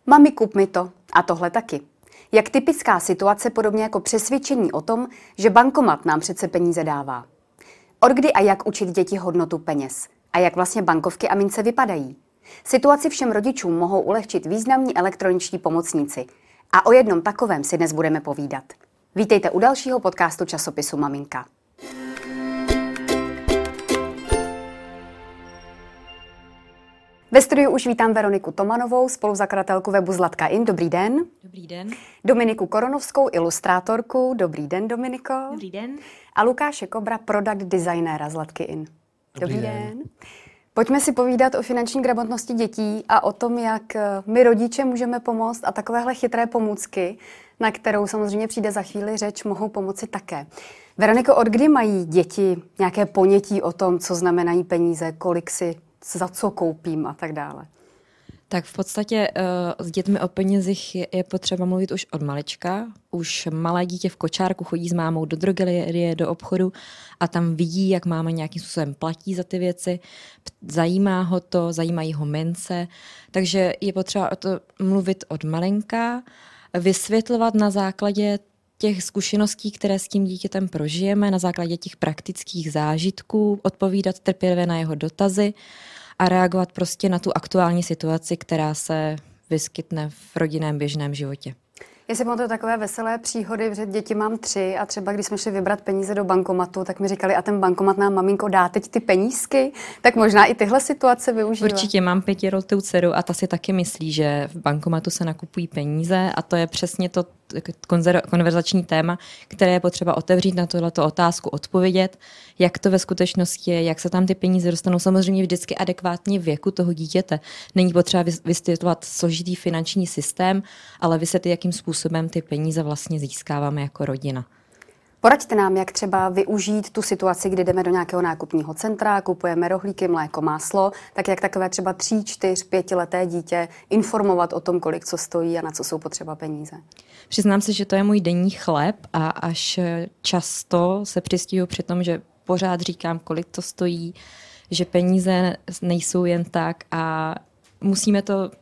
Mami, kup mi to. A tohle taky. Jak typická situace, podobně jako přesvědčení o tom, že bankomat nám přece peníze dává. Odkdy a jak učit děti hodnotu peněz? A jak vlastně bankovky a mince vypadají? Situaci všem rodičům mohou ulehčit významní elektroničtí pomocníci. A o jednom takovém si dnes budeme povídat. Vítejte u dalšího podcastu časopisu Maminka. Ve studiu už vítám Veroniku Tomanovou, spoluzakladatelku webu Zlatka.in. Dobrý den. Dobrý den. Dominiku Koronovskou, ilustrátorku. Dobrý den, Dominiko. Dobrý den. A Lukáše Kobra, product designéra Zlatky.in. Dobrý den. Pojďme si povídat o finanční gramotnosti dětí a o tom, jak my rodiče můžeme pomoct a takovéhle chytré pomůcky, na kterou samozřejmě přijde za chvíli řeč, mohou pomoci také. Veroniko, od kdy mají děti nějaké ponětí o tom, co znamenají peníze, kolik si za co koupím a tak dále? Tak v podstatě s dětmi o penězích je potřeba mluvit už od malička. Už malé dítě v kočárku chodí s mámou do drogerie, do obchodu a tam vidí, jak máma nějakým způsobem platí za ty věci. Zajímá ho to, zajímají ho mince. Takže je potřeba o to mluvit od malinka, vysvětlovat na základě těch zkušeností, které s tím dítětem prožijeme, na základě těch praktických zážitků, odpovídat trpělivě na jeho dotazy a reagovat prostě na tu aktuální situaci, která se vyskytne v rodinném běžném životě. Já si pamatuju takové veselé příhody, že děti mám 3 a třeba když jsme šli vybrat peníze do bankomatu, tak mi říkali, a ten bankomat nám maminko dá teď ty penízky, tak možná i tyhle situace využívá. Určitě, mám 5letou dceru a ta si taky myslí, že v bankomatu se nakupují peníze a to je přesně to konverzační téma, které je potřeba otevřít, na tohleto otázku odpovědět, jak to ve skutečnosti je, jak se tam ty peníze dostanou, samozřejmě vždycky adekvátně věku toho dítěte. Není potřeba vysvětlovat složitý finanční systém, ale vysvětlit, jakým způsobem ty peníze vlastně získáváme jako rodina. Poraďte nám, jak třeba využít tu situaci, kdy jdeme do nějakého nákupního centra, kupujeme rohlíky, mléko, máslo, tak jak takové třeba 3, 4, 5leté dítě informovat o tom, kolik co stojí a na co jsou potřeba peníze. Přiznám se, že to je můj denní chléb a až často se přistihuji při tom, že pořád říkám, kolik to stojí, že peníze nejsou jen tak a musíme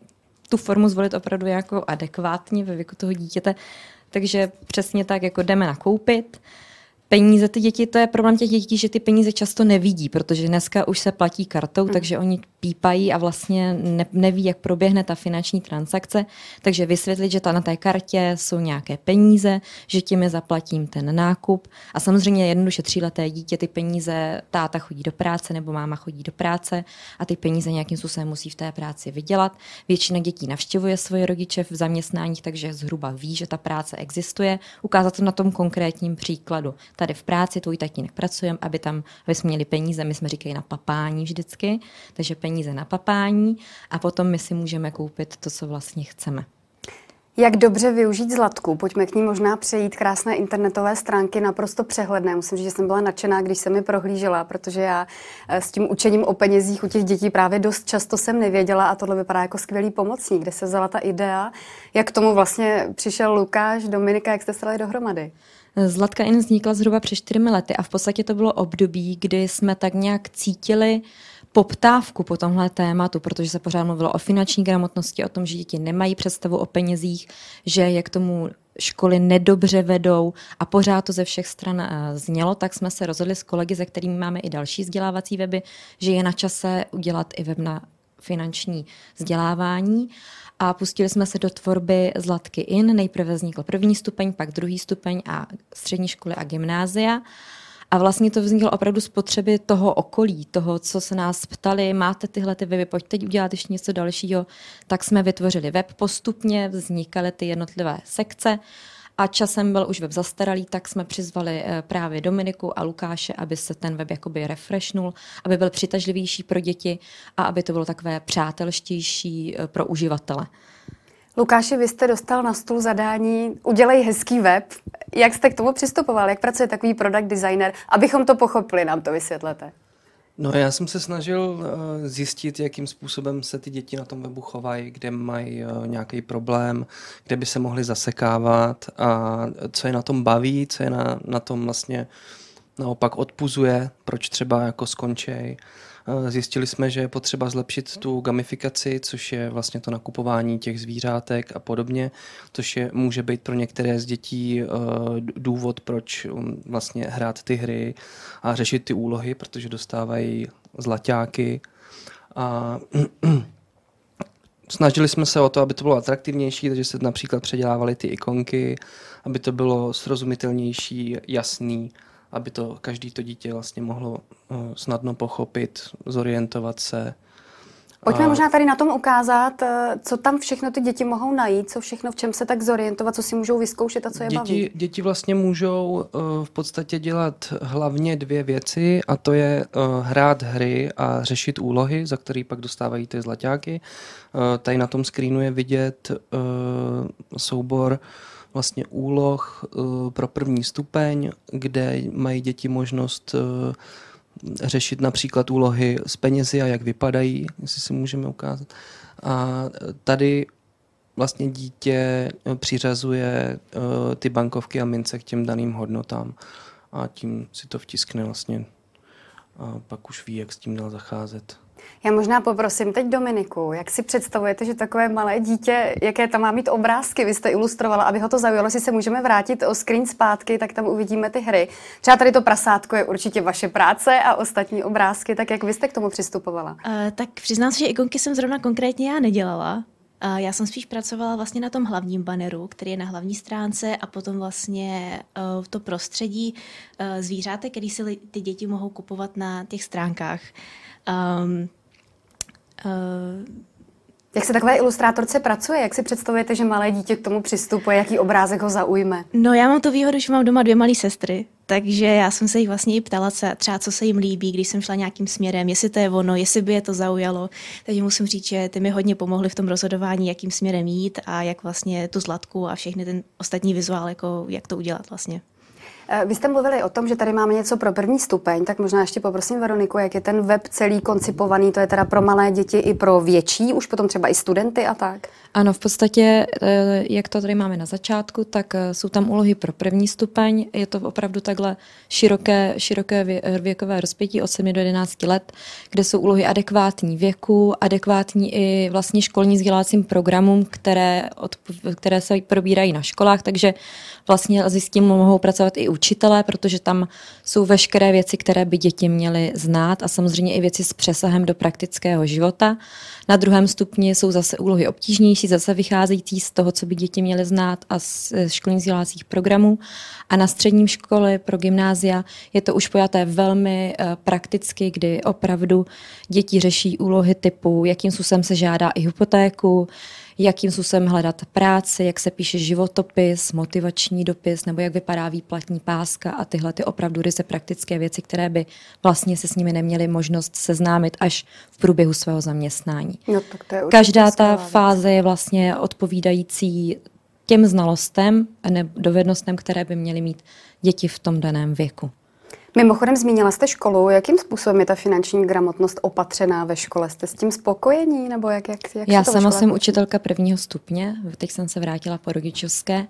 tu formu zvolit opravdu jako adekvátně ve věku toho dítěte. Takže přesně tak, jako jdeme nakoupit. Peníze, ty děti, to je problém těch dětí, že ty peníze často nevidí, protože dneska už se platí kartou, takže oni pípají a vlastně neví, jak proběhne ta finanční transakce. Takže vysvětlit, že na té kartě jsou nějaké peníze, že tím je zaplatím ten nákup. A samozřejmě jednoduše 3leté dítě, ty peníze, táta chodí do práce nebo máma chodí do práce a ty peníze nějakým způsobem musí v té práci vydělat. Většina dětí navštěvuje svoje rodiče v zaměstnáních, takže zhruba ví, že ta práce existuje. Ukázat to na tom konkrétním příkladu. Tady v práci tvůj tatínek pracujeme, aby jsme měli peníze, my jsme říkali na papání vždycky, takže peníze na papání a potom my si můžeme koupit to, co vlastně chceme. Jak dobře využít Zlatku? Pojďme k ní možná přejít. Krásné internetové stránky, naprosto přehledné. Musím říct, že jsem byla nadšená, když jsem je prohlížela, protože já s tím učením o penězích u těch dětí právě dost často jsem nevěděla a tohle vypadá jako skvělý pomocník. Kde se vzala ta idea? Jak k tomu vlastně přišel Lukáš, Dominika, jak jste se dali dohromady? Zlatka.in vznikla zhruba před 4 lety a v podstatě to bylo období, kdy jsme tak nějak cítili poptávku po tomhle tématu, protože se pořád mluvilo o finanční gramotnosti, o tom, že děti nemají představu o penězích, že je k tomu školy nedobře vedou a pořád to ze všech stran znělo, tak jsme se rozhodli s kolegy, se kterými máme i další vzdělávací weby, že je na čase udělat i web na finanční vzdělávání. A pustili jsme se do tvorby Zlatky.in. Nejprve vznikl 1. stupeň, pak 2. stupeň a střední školy a gymnázia. A vlastně to vzniklo opravdu z potřeby toho okolí, toho, co se nás ptali, máte tyhle ty weby, pojď teď udělat ještě něco dalšího. Tak jsme vytvořili web postupně, vznikaly ty jednotlivé sekce a časem byl už web zastaralý, tak jsme přizvali právě Dominiku a Lukáše, aby se ten web jakoby refreshnul, aby byl přitažlivější pro děti a aby to bylo takové přátelštější pro uživatele. Lukáši, vy jste dostal na stůl zadání udělej hezký web. Jak jste k tomu přistupoval? Jak pracuje takový product designer? Abychom to pochopili, nám to vysvětlete. No, já jsem se snažil zjistit, jakým způsobem se ty děti na tom webu chovají, kde mají nějaký problém, kde by se mohli zasekávat a co je na tom baví, co je na tom vlastně naopak odpuzuje, proč třeba jako skončej. Zjistili jsme, že je potřeba zlepšit tu gamifikaci, což je vlastně to nakupování těch zvířátek a podobně, což může být pro některé z dětí důvod, proč vlastně hrát ty hry a řešit ty úlohy, protože dostávají zlaťáky. A snažili jsme se o to, aby to bylo atraktivnější, takže se například předělávaly ty ikonky, aby to bylo srozumitelnější, jasný, aby to každý to dítě vlastně mohlo snadno pochopit, zorientovat se. Pojďme možná tady na tom ukázat, co tam všechno ty děti mohou najít, co všechno, v čem se tak zorientovat, co si můžou vyzkoušet a co je baví. Děti vlastně můžou v podstatě dělat hlavně 2 věci, a to je hrát hry a řešit úlohy, za které pak dostávají ty zlaťáky. Tady na tom screenu je vidět soubor vlastně úloh pro 1. stupeň, kde mají děti možnost řešit například úlohy s penězi a jak vypadají, jestli si můžeme ukázat. A tady vlastně dítě přiřazuje ty bankovky a mince k těm daným hodnotám a tím si to vtiskne vlastně a pak už ví, jak s tím dál zacházet. Já možná poprosím teď Dominiku, jak si představujete, že takové malé dítě, jaké tam má mít obrázky, vy jste ilustrovala, aby ho to zaujalo, jestli se můžeme vrátit o screen zpátky, tak tam uvidíme ty hry. Třeba tady to prasátko je určitě vaše práce a ostatní obrázky, tak jak vy jste k tomu přistupovala? Tak přiznám se, že ikonky jsem zrovna konkrétně já nedělala. Já jsem spíš pracovala vlastně na tom hlavním banneru, který je na hlavní stránce a potom vlastně to prostředí zvířátek, který si ty děti mohou kupovat na těch stránkách. Jak se takové ilustrátorce pracuje? Jak si představujete, že malé dítě k tomu přistupuje? Jaký obrázek ho zaujme? No já mám tu výhodu, že mám doma 2 malé sestry, takže já jsem se jich vlastně i ptala třeba, co se jim líbí, když jsem šla nějakým směrem, jestli to je ono, jestli by je to zaujalo. Takže musím říct, že ty mi hodně pomohly v tom rozhodování, jakým směrem jít a jak vlastně tu zlatku a všechny ten ostatní vizuál, jako jak to udělat vlastně. Vy jste mluvili o tom, že tady máme něco pro 1. stupeň, tak možná ještě poprosím Veroniku, jak je ten web celý koncipovaný, to je teda pro malé děti i pro větší, už potom třeba i studenty a tak? Ano, v podstatě, jak to tady máme na začátku, tak jsou tam úlohy pro 1. stupeň, je to opravdu takhle široké věkové rozpětí od 7 do 11 let, kde jsou úlohy adekvátní věku, adekvátní i vlastně školní vzdělávacím programům, které se probírají na školách, takže vlastně s tím mohou pracovat i učitelé, protože tam jsou veškeré věci, které by děti měly znát a samozřejmě i věci s přesahem do praktického života. Na 2. stupni jsou zase úlohy obtížnější, zase vycházející z toho, co by děti měly znát a z školních vzdělávacích programů. A na středním škole pro gymnázia je to už pojaté velmi prakticky, kdy opravdu děti řeší úlohy typu, jakým způsobem se žádá i hypotéku, jakým způsobem hledat práci, jak se píše životopis, motivační dopis, nebo jak vypadá výplatní páska a tyhle ty opravdu ryze praktické věci, které by vlastně se s nimi neměly možnost seznámit až v průběhu svého zaměstnání. No, tak to je každá ta fáze je vlastně odpovídající těm znalostem a dovednostem, které by měly mít děti v tom daném věku. Mimochodem zmínila jste školu, jakým způsobem je ta finanční gramotnost opatřená ve škole? Jste s tím spokojení? Nebo jak já sama jsem učitelka 1. stupně, teď jsem se vrátila po rodičovské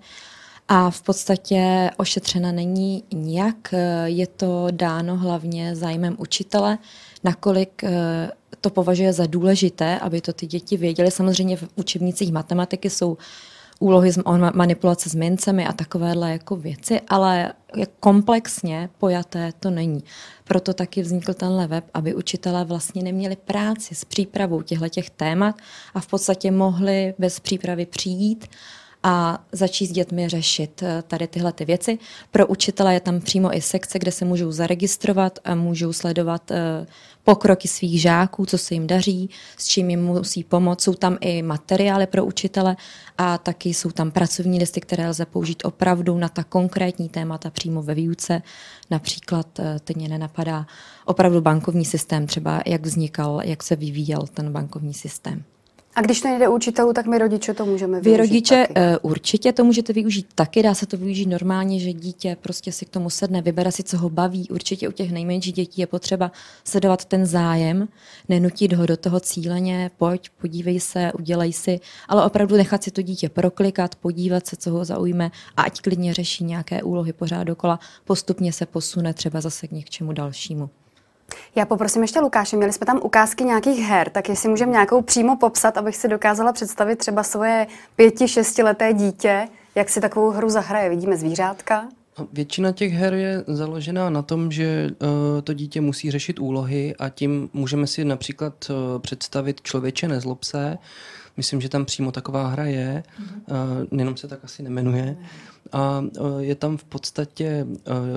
a v podstatě ošetřena není nijak. Je to dáno hlavně zájmem učitele, nakolik to považuje za důležité, aby to ty děti věděly. Samozřejmě v učebnicích matematiky jsou úlohy manipulace s mincemi a takovéhle jako věci, ale komplexně pojaté to není. Proto taky vznikl tenhle web, aby učitelé vlastně neměli práci s přípravou těchto témat a v podstatě mohli bez přípravy přijít a začít s dětmi řešit tady tyhle ty věci. Pro učitele je tam přímo i sekce, kde se můžou zaregistrovat a můžou sledovat pokroky svých žáků, co se jim daří, s čím jim musí pomoct. Jsou tam i materiály pro učitele a taky jsou tam pracovní listy, které lze použít opravdu na ta konkrétní témata přímo ve výuce. Například teď mě nenapadá opravdu bankovní systém, třeba jak vznikal, jak se vyvíjel ten bankovní systém. A když to nejde učitelů, tak my rodiče to můžeme využít. Vy rodiče taky. Určitě to můžete využít taky, dá se to využít normálně, že dítě prostě si k tomu sedne, vybere si, co ho baví. Určitě u těch nejmenších dětí je potřeba sledovat ten zájem, nenutit ho do toho cíleně, pojď, podívej se, udělej si, ale opravdu nechat si to dítě proklikat, podívat se, co ho zaujme a ať klidně řeší nějaké úlohy pořád dokola, postupně se posune třeba zase k něčemu dalšímu. Já poprosím ještě Lukáše, měli jsme tam ukázky nějakých her, tak jestli můžeme nějakou přímo popsat, abych si dokázala představit třeba svoje 5-6leté dítě, jak si takovou hru zahraje. Vidíme zvířátka. Většina těch her je založená na tom, že to dítě musí řešit úlohy a tím můžeme si například představit Člověče nezlob se. Myslím, že tam přímo taková hra je, jenom se tak asi nemenuje. A je tam v podstatě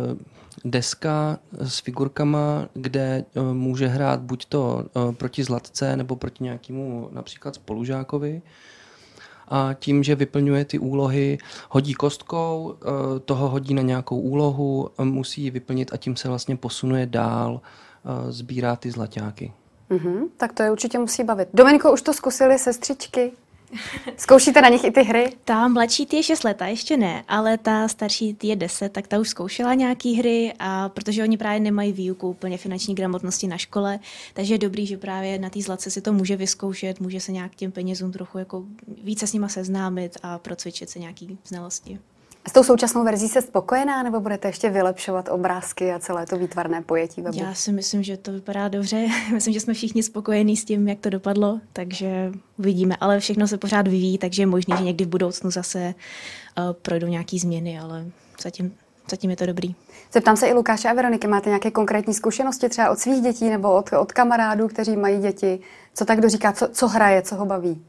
deska s figurkama, kde může hrát buď to proti Zlatce nebo proti nějakému například spolužákovi. A tím, že vyplňuje ty úlohy, hodí kostkou, toho hodí na nějakou úlohu, musí ji vyplnit a tím se vlastně posunuje dál, sbírá ty zlaťáky. Tak to je určitě musí bavit. Dominiko, už to zkusili sestřičky? Zkoušíte na nich i ty hry? Ta mladší je 6 let, ještě ne, ale ta starší je 10, tak ta už zkoušela nějaký hry a protože oni právě nemají výuku úplně finanční gramotnosti na škole, takže je dobrý, že právě na té Zlatce si to může vyzkoušet, může se nějak těm penězům trochu jako více s nima seznámit a procvičit se nějaký znalosti. S tou současnou verzí jste spokojená, nebo budete ještě vylepšovat obrázky a celé to výtvarné pojetí webu? Já si myslím, že to vypadá dobře. Myslím, že jsme všichni spokojení s tím, jak to dopadlo, takže uvidíme. Ale všechno se pořád vyvíjí, takže je možné, že někdy v budoucnu zase projdou nějaké změny, ale zatím je to dobrý. Zeptám se i Lukáše a Veroniky, máte nějaké konkrétní zkušenosti třeba od svých dětí nebo od kamarádů, kteří mají děti? Co tak kdo říká, co hraje, co ho baví?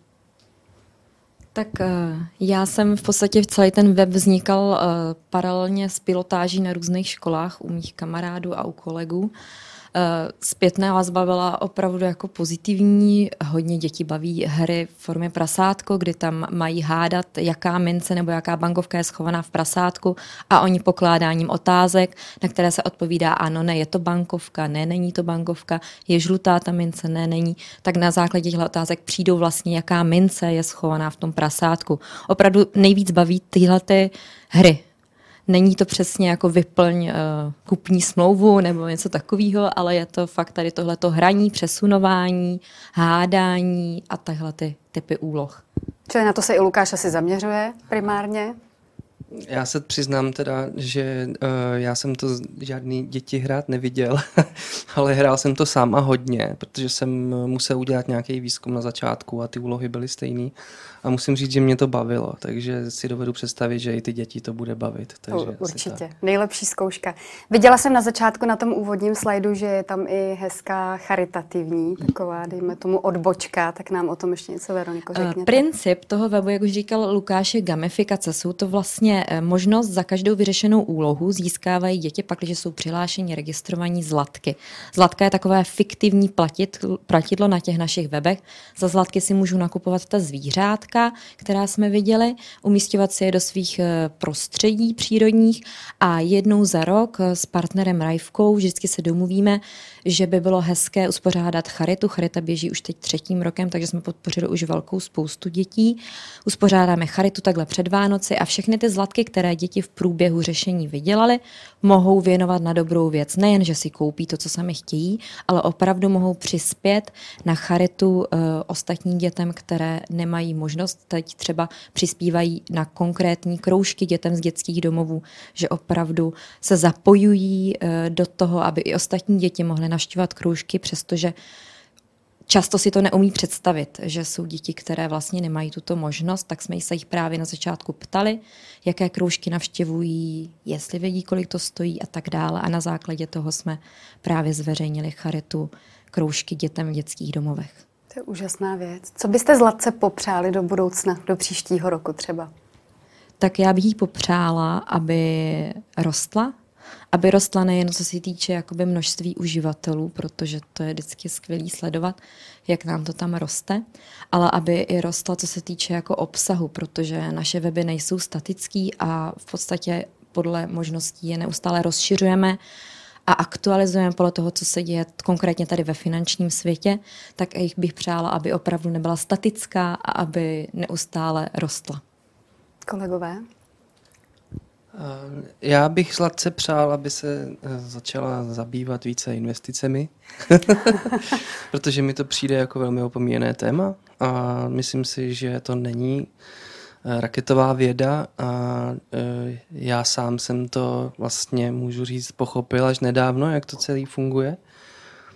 Tak já jsem v podstatě celý ten web vznikal paralelně s pilotáží na různých školách u mých kamarádů a u kolegů. Zpětná vazba byla opravdu jako pozitivní. Hodně dětí baví hry v formě prasátko, kdy tam mají hádat, jaká mince nebo jaká bankovka je schovaná v prasátku a oni pokládáním otázek, na které se odpovídá ano, ne, je to bankovka, ne, není to bankovka, je žlutá ta mince, ne, není. Tak na základě těchto otázek přijdou vlastně, jaká mince je schovaná v tom prasátku. Opravdu nejvíc baví tyhle ty hry. Není to přesně jako vyplň kupní smlouvu nebo něco takového, ale je to fakt tady tohleto hraní, přesunování, hádání a tahle ty typy úloh. Čili na to se i Lukáš asi zaměřuje primárně? Já se přiznám teda, že já jsem to žádný děti hrát neviděl, ale hrál jsem to sám a hodně, protože jsem musel udělat nějaký výzkum na začátku a ty úlohy byly stejný. A musím říct, že mě to bavilo, takže si dovedu představit, že i ty děti to bude bavit. Takže určitě. Nejlepší zkouška. Viděla jsem na začátku na tom úvodním slajdu, že je tam i hezká charitativní, taková, dejme tomu, odbočka, tak nám o tom ještě něco, Veroniko, řekněte. Princip toho webu, jak už říkal Lukáš, je gamifikace. Jsou to vlastně možnost za každou vyřešenou úlohu získávají děti, pakliže jsou přihlášeni, registrovaní zlatky. Zlatka je takové fiktivní platidlo na těch našich webech. Za zlatky si můžu nakupovat ta zvířátka, která jsme viděli, umístěvat si je do svých prostředí přírodních a jednou za rok s partnerem Rajvkou vždycky se domluvíme, že by bylo hezké uspořádat charitu. Charita běží už teď 3. rokem, takže jsme podpořili už velkou spoustu dětí. Uspořádáme charitu takhle před Vánoci a všechny ty zlatky, které děti v průběhu řešení vydělaly, mohou věnovat na dobrou věc. Nejen, že si koupí to, co sami chtějí, ale opravdu mohou přispět na charitu ostatním dětem, které nemají možnost. Teď třeba přispívají na konkrétní kroužky dětem z dětských domovů, že opravdu se zapojují do toho, aby i ostatní děti mohly navštěvovat kroužky, přestože často si to neumí představit, že jsou děti, které vlastně nemají tuto možnost, tak jsme se jich právě na začátku ptali, jaké kroužky navštěvují, jestli vědí, kolik to stojí a tak dále. A na základě toho jsme právě zveřejnili charitu kroužky dětem v dětských domovech. To je úžasná věc. Co byste Zlatce popřáli do budoucna, do příštího roku třeba? Tak já bych jí popřála, aby rostla nejen co se týče jakoby množství uživatelů, protože to je vždycky skvělý sledovat, jak nám to tam roste, ale aby i rostla co se týče jako obsahu, protože naše weby nejsou statický a v podstatě podle možností je neustále rozšiřujeme a aktualizujeme podle toho, co se děje konkrétně tady ve finančním světě, tak jich bych přála, aby opravdu nebyla statická a aby neustále rostla. Kolegové? Já bych Zlatce přál, aby se začala zabývat více investicemi, protože mi to přijde jako velmi opomíjené téma a myslím si, že to není raketová věda a já sám jsem to vlastně, můžu říct, pochopil až nedávno, jak to celý funguje.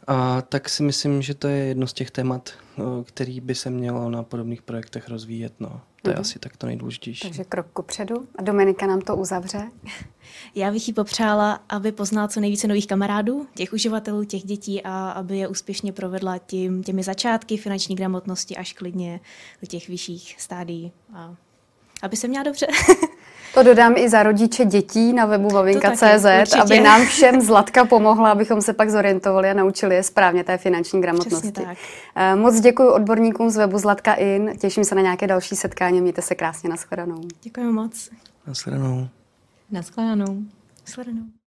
A tak si myslím, že to je jedno z těch témat, který by se mělo na podobných projektech rozvíjet. No. To je asi tak to nejdůležitější. Takže krok kupředu. A Dominika nám to uzavře. Já bych jí popřála, aby poznala co nejvíce nových kamarádů, těch uživatelů, těch dětí a aby je úspěšně provedla těmi začátky finanční gramotnosti až klidně do těch vyšších stádií. A aby se měla dobře. To dodám i za rodiče dětí na webu vavinka.cz, aby nám všem Zlatka pomohla, abychom se pak zorientovali a naučili je správně té finanční gramotnosti. Přesně tak. Moc děkuji odborníkům z webu Zlatka In, těším se na nějaké další setkání, mějte se krásně, nashledanou. Děkuji moc. Nashledanou. Naschledanou. Nashledanou.